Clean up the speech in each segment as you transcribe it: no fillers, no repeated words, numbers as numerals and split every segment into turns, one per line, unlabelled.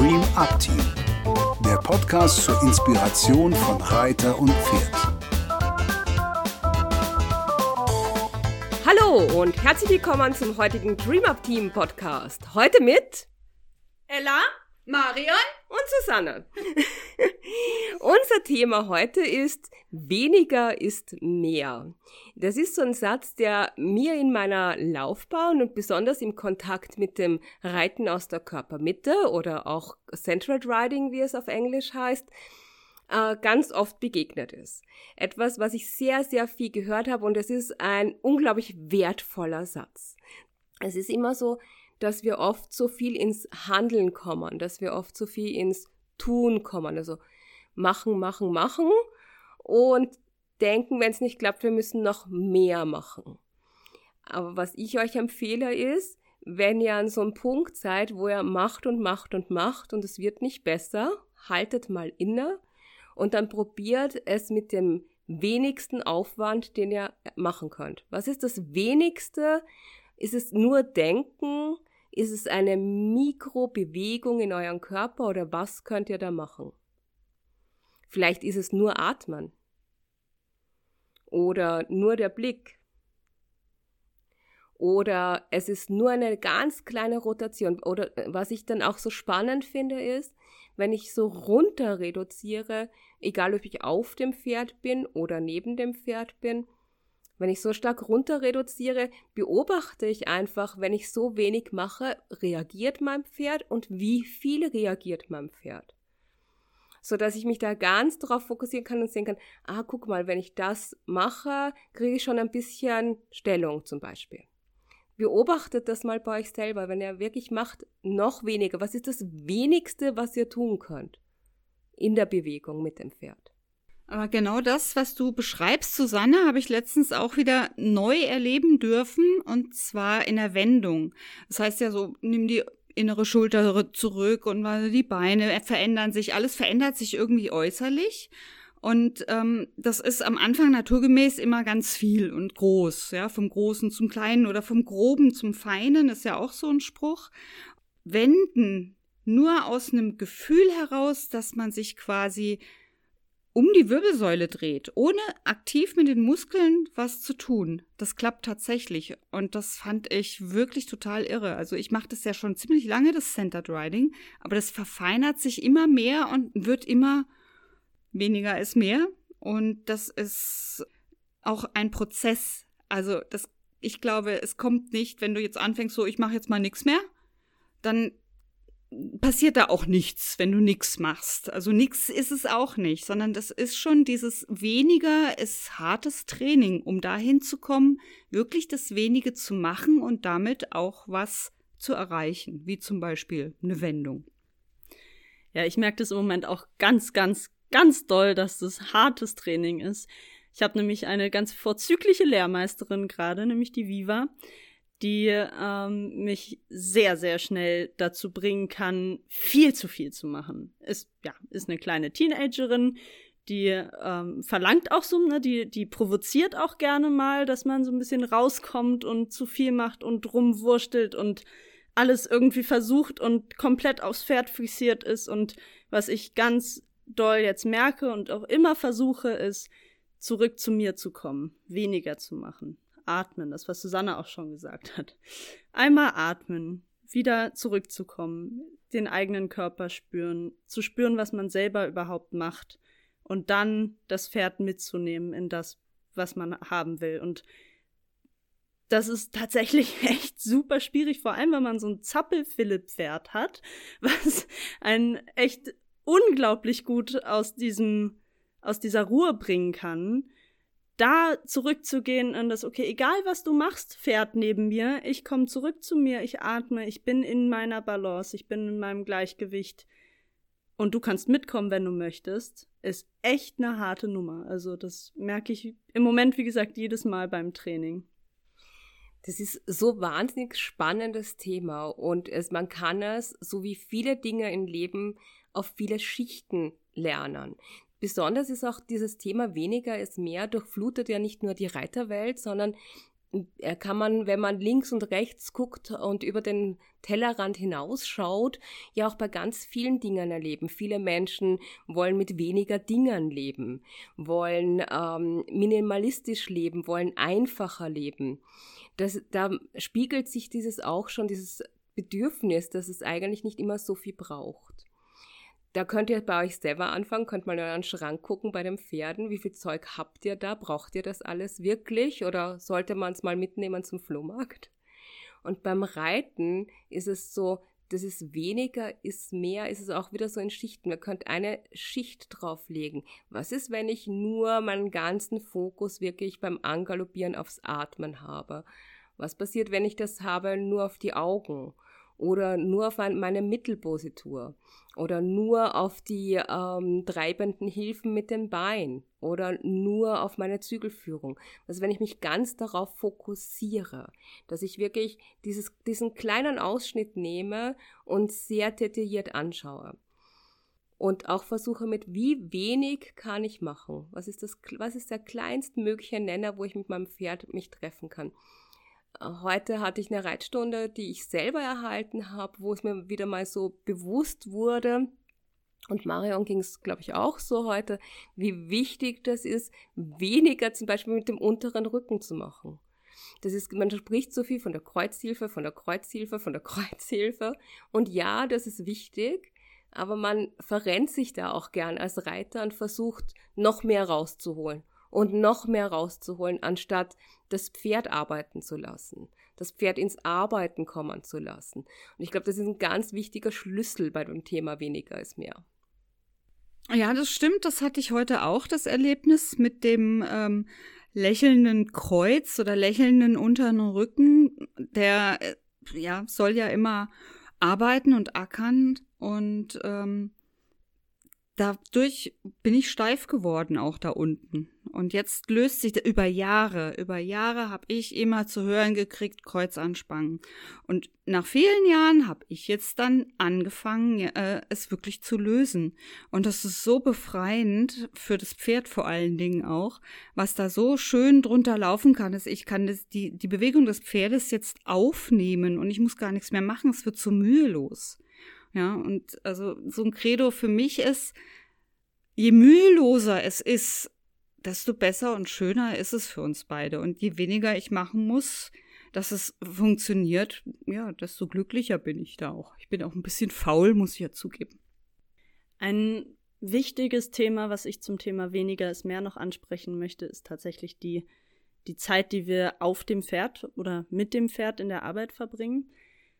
Dream Up Team, der Podcast zur Inspiration von Reiter und Pferd.
Hallo und herzlich willkommen zum heutigen Dream Up Team Podcast. Heute mit
Ella, Marion
und Susanne. Unser Thema heute ist: Weniger ist mehr. Das ist so ein Satz, der mir in meiner Laufbahn und besonders im Kontakt mit dem Reiten aus der Körpermitte oder auch Centered Riding, wie es auf Englisch heißt, ganz oft begegnet ist. Etwas, was ich sehr, sehr viel gehört habe, und es ist ein unglaublich wertvoller Satz. Es ist immer so, dass wir oft so viel ins Handeln kommen, dass wir oft so viel ins Tun kommen, also machen und denken, wenn es nicht klappt, wir müssen noch mehr machen. Aber was ich euch empfehle ist, wenn ihr an so einem Punkt seid, wo ihr macht und es wird nicht besser, haltet mal inne und dann probiert es mit dem wenigsten Aufwand, den ihr machen könnt. Was ist das Wenigste? Ist es nur Denken? Ist es eine Mikrobewegung in eurem Körper oder was könnt ihr da machen? Vielleicht ist es nur Atmen oder nur der Blick oder es ist nur eine ganz kleine Rotation. Oder was ich dann auch so spannend finde ist, wenn ich so runter reduziere, egal ob ich auf dem Pferd bin oder neben dem Pferd bin, wenn ich so stark runter reduziere, beobachte ich einfach, wenn ich so wenig mache, reagiert mein Pferd und wie viel reagiert mein Pferd. Sodass ich mich da ganz drauf fokussieren kann und sehen kann, guck mal, wenn ich das mache, kriege ich schon ein bisschen Stellung zum Beispiel. Beobachtet das mal bei euch selber, wenn ihr wirklich macht, noch weniger. Was ist das Wenigste, was ihr tun könnt in der Bewegung mit dem Pferd?
Aber genau das, was du beschreibst, Susanne, habe ich letztens auch wieder neu erleben dürfen, und zwar in der Wendung. Das heißt ja so, nimm die innere Schulter zurück und die Beine verändern sich, alles verändert sich irgendwie äußerlich. Und das ist am Anfang naturgemäß immer ganz viel und groß, ja, vom Großen zum Kleinen oder vom Groben zum Feinen, ist ja auch so ein Spruch. Wenden nur aus einem Gefühl heraus, dass man sich quasi um die Wirbelsäule dreht, ohne aktiv mit den Muskeln was zu tun. Das klappt tatsächlich und das fand ich wirklich total irre. Also ich mache das ja schon ziemlich lange, das Centered Riding, aber das verfeinert sich immer mehr und wird immer weniger ist mehr, und das ist auch ein Prozess. Also ich glaube, es kommt nicht, wenn du jetzt anfängst, so ich mache jetzt mal nichts mehr, dann passiert da auch nichts, wenn du nichts machst. Also nichts ist es auch nicht, sondern das ist schon dieses weniger ist hartes Training, um dahin zu kommen, wirklich das Wenige zu machen und damit auch was zu erreichen, wie zum Beispiel eine Wendung.
Ja, ich merke das im Moment auch ganz doll, dass das hartes Training ist. Ich habe nämlich eine ganz vorzügliche Lehrmeisterin gerade, nämlich die Viva, die mich sehr, sehr schnell dazu bringen kann, viel zu viel zu machen. Ist eine kleine Teenagerin, die verlangt auch so, ne, die provoziert auch gerne mal, dass man so ein bisschen rauskommt und zu viel macht und rumwurstelt und alles irgendwie versucht und komplett aufs Pferd fixiert ist. Und was ich ganz doll jetzt merke und auch immer versuche, ist, zurück zu mir zu kommen, weniger zu machen. Atmen, das, was Susanne auch schon gesagt hat. Einmal atmen, wieder zurückzukommen, den eigenen Körper spüren, zu spüren, was man selber überhaupt macht und dann das Pferd mitzunehmen in das, was man haben will. Und das ist tatsächlich echt super schwierig, vor allem, wenn man so ein Zappel-Philipp-Pferd hat, was einen echt unglaublich gut aus dieser Ruhe bringen kann, da zurückzugehen und das, okay, egal was du machst, Pferd neben mir, ich komme zurück zu mir, ich atme, ich bin in meiner Balance, ich bin in meinem Gleichgewicht und du kannst mitkommen, wenn du möchtest, ist echt eine harte Nummer. Also das merke ich im Moment, wie gesagt, jedes Mal beim Training.
Das ist so wahnsinnig spannendes Thema und man kann es, so wie viele Dinge im Leben, auf viele Schichten lernen. Besonders ist auch dieses Thema weniger ist mehr durchflutet ja nicht nur die Reiterwelt, sondern kann man, wenn man links und rechts guckt und über den Tellerrand hinausschaut, ja auch bei ganz vielen Dingen erleben. Viele Menschen wollen mit weniger Dingen leben, wollen minimalistisch leben, wollen einfacher leben. Da spiegelt sich dieses Bedürfnis, dass es eigentlich nicht immer so viel braucht. Da könnt ihr bei euch selber anfangen, könnt mal in euren Schrank gucken bei den Pferden. Wie viel Zeug habt ihr da? Braucht ihr das alles wirklich? Oder sollte man es mal mitnehmen zum Flohmarkt? Und beim Reiten ist es so, das ist weniger, ist mehr, ist es auch wieder so in Schichten. Man könnte eine Schicht drauflegen. Was ist, wenn ich nur meinen ganzen Fokus wirklich beim Angaloppieren aufs Atmen habe? Was passiert, wenn ich das habe nur auf die Augen? Oder nur auf meine Mittelpositur oder nur auf die treibenden Hilfen mit dem Bein oder nur auf meine Zügelführung. Also wenn ich mich ganz darauf fokussiere, dass ich wirklich diesen kleinen Ausschnitt nehme und sehr detailliert anschaue und auch versuche mit wie wenig kann ich machen. Was ist der kleinstmögliche Nenner, wo ich mit meinem Pferd mich treffen kann? Heute hatte ich eine Reitstunde, die ich selber erhalten habe, wo es mir wieder mal so bewusst wurde, und Marion ging es, glaube ich, auch so heute, wie wichtig das ist, weniger zum Beispiel mit dem unteren Rücken zu machen. Man spricht so viel von der Kreuzhilfe, von der Kreuzhilfe, von der Kreuzhilfe. Und ja, das ist wichtig, aber man verrennt sich da auch gern als Reiter und versucht, noch mehr rauszuholen. Und noch mehr rauszuholen, anstatt das Pferd arbeiten zu lassen, das Pferd ins Arbeiten kommen zu lassen. Und ich glaube, das ist ein ganz wichtiger Schlüssel bei dem Thema weniger ist mehr.
Ja, das stimmt. Das hatte ich heute auch, das Erlebnis mit dem lächelnden Kreuz oder lächelnden unteren Rücken. Der soll ja immer arbeiten und ackern und dadurch bin ich steif geworden, auch da unten. Und jetzt löst sich über Jahre habe ich immer zu hören gekriegt, Kreuzanspannung. Und nach vielen Jahren habe ich jetzt dann angefangen, es wirklich zu lösen. Und das ist so befreiend für das Pferd vor allen Dingen auch, was da so schön drunter laufen kann. Ich kann die Bewegung des Pferdes jetzt aufnehmen und ich muss gar nichts mehr machen, es wird so mühelos. Ja, und also so ein Credo für mich ist, je müheloser es ist, desto besser und schöner ist es für uns beide. Und je weniger ich machen muss, dass es funktioniert, ja, desto glücklicher bin ich da auch. Ich bin auch ein bisschen faul, muss ich ja zugeben.
Ein wichtiges Thema, was ich zum Thema weniger ist mehr noch ansprechen möchte, ist tatsächlich die Zeit, die wir auf dem Pferd oder mit dem Pferd in der Arbeit verbringen.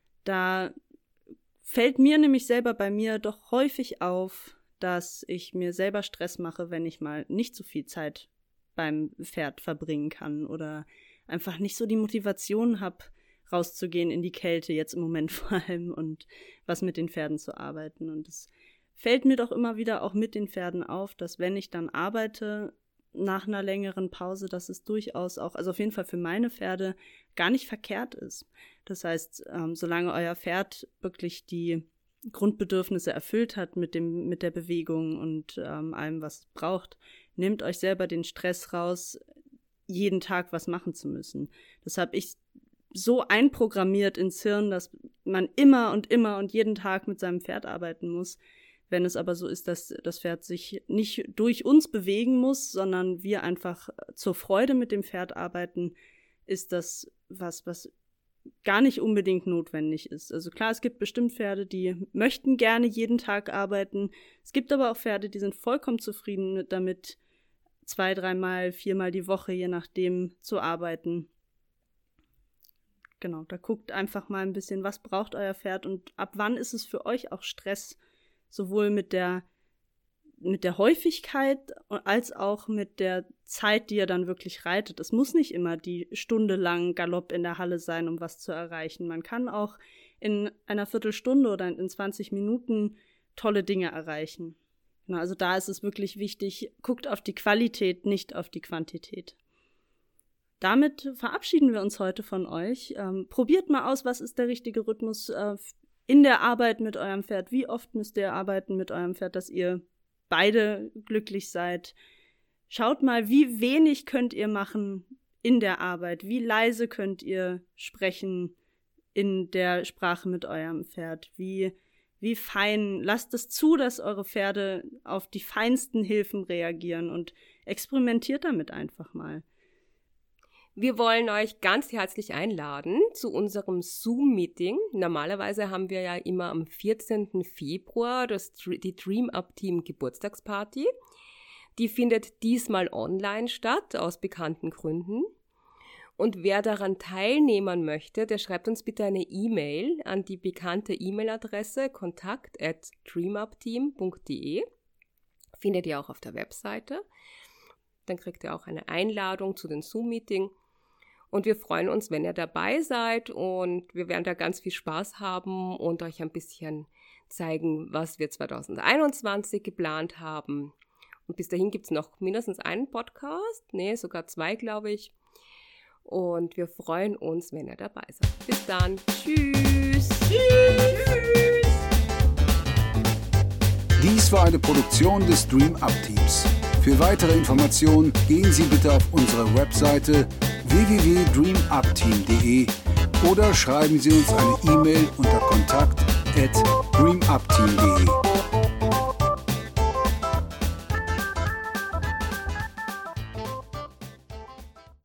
Da fällt mir nämlich selber bei mir doch häufig auf, dass ich mir selber Stress mache, wenn ich mal nicht so viel Zeit beim Pferd verbringen kann oder einfach nicht so die Motivation habe, rauszugehen in die Kälte, jetzt im Moment vor allem, und was mit den Pferden zu arbeiten. Und es fällt mir doch immer wieder auch mit den Pferden auf, dass wenn ich dann arbeite, nach einer längeren Pause, dass es durchaus auch, also auf jeden Fall für meine Pferde, gar nicht verkehrt ist. Das heißt, solange euer Pferd wirklich die Grundbedürfnisse erfüllt hat mit der Bewegung und allem, was es braucht, nehmt euch selber den Stress raus, jeden Tag was machen zu müssen. Das habe ich so einprogrammiert ins Hirn, dass man immer und jeden Tag mit seinem Pferd arbeiten muss. Wenn es aber so ist, dass das Pferd sich nicht durch uns bewegen muss, sondern wir einfach zur Freude mit dem Pferd arbeiten, ist das was gar nicht unbedingt notwendig ist. Also klar, es gibt bestimmt Pferde, die möchten gerne jeden Tag arbeiten. Es gibt aber auch Pferde, die sind vollkommen zufrieden damit, 2, 3 Mal, 4 Mal die Woche, je nachdem, zu arbeiten. Genau, da guckt einfach mal ein bisschen, was braucht euer Pferd und ab wann ist es für euch auch Stress, sowohl mit der Häufigkeit als auch mit der Zeit, die ihr dann wirklich reitet. Es muss nicht immer die Stunde lang Galopp in der Halle sein, um was zu erreichen. Man kann auch in einer Viertelstunde oder in 20 Minuten tolle Dinge erreichen. Also da ist es wirklich wichtig, guckt auf die Qualität, nicht auf die Quantität. Damit verabschieden wir uns heute von euch. Probiert mal aus, was ist der richtige Rhythmus in der Arbeit mit eurem Pferd. Wie oft müsst ihr arbeiten mit eurem Pferd, dass ihr beide glücklich seid. Schaut mal, wie wenig könnt ihr machen in der Arbeit? Wie leise könnt ihr sprechen in der Sprache mit eurem Pferd? Wie fein? Lasst es zu, dass eure Pferde auf die feinsten Hilfen reagieren und experimentiert damit einfach mal.
Wir wollen euch ganz herzlich einladen zu unserem Zoom-Meeting. Normalerweise haben wir ja immer am 14. Februar die Dream Up Team Geburtstagsparty. Die findet diesmal online statt, aus bekannten Gründen. Und wer daran teilnehmen möchte, der schreibt uns bitte eine E-Mail an die bekannte E-Mail-Adresse kontakt@dreamupteam.de. Findet ihr auch auf der Webseite. Dann kriegt ihr auch eine Einladung zu dem Zoom-Meeting. Und wir freuen uns, wenn ihr dabei seid, und wir werden da ganz viel Spaß haben und euch ein bisschen zeigen, was wir 2021 geplant haben. Und bis dahin gibt es noch mindestens einen Podcast, sogar 2, glaube ich. Und wir freuen uns, wenn ihr dabei seid. Bis dann. Tschüss. Tschüss.
Dies war eine Produktion des Dream Up Teams. Für weitere Informationen gehen Sie bitte auf unsere Webseite www.dreamupteam.de oder schreiben Sie uns eine E-Mail unter kontakt@dreamupteam.de.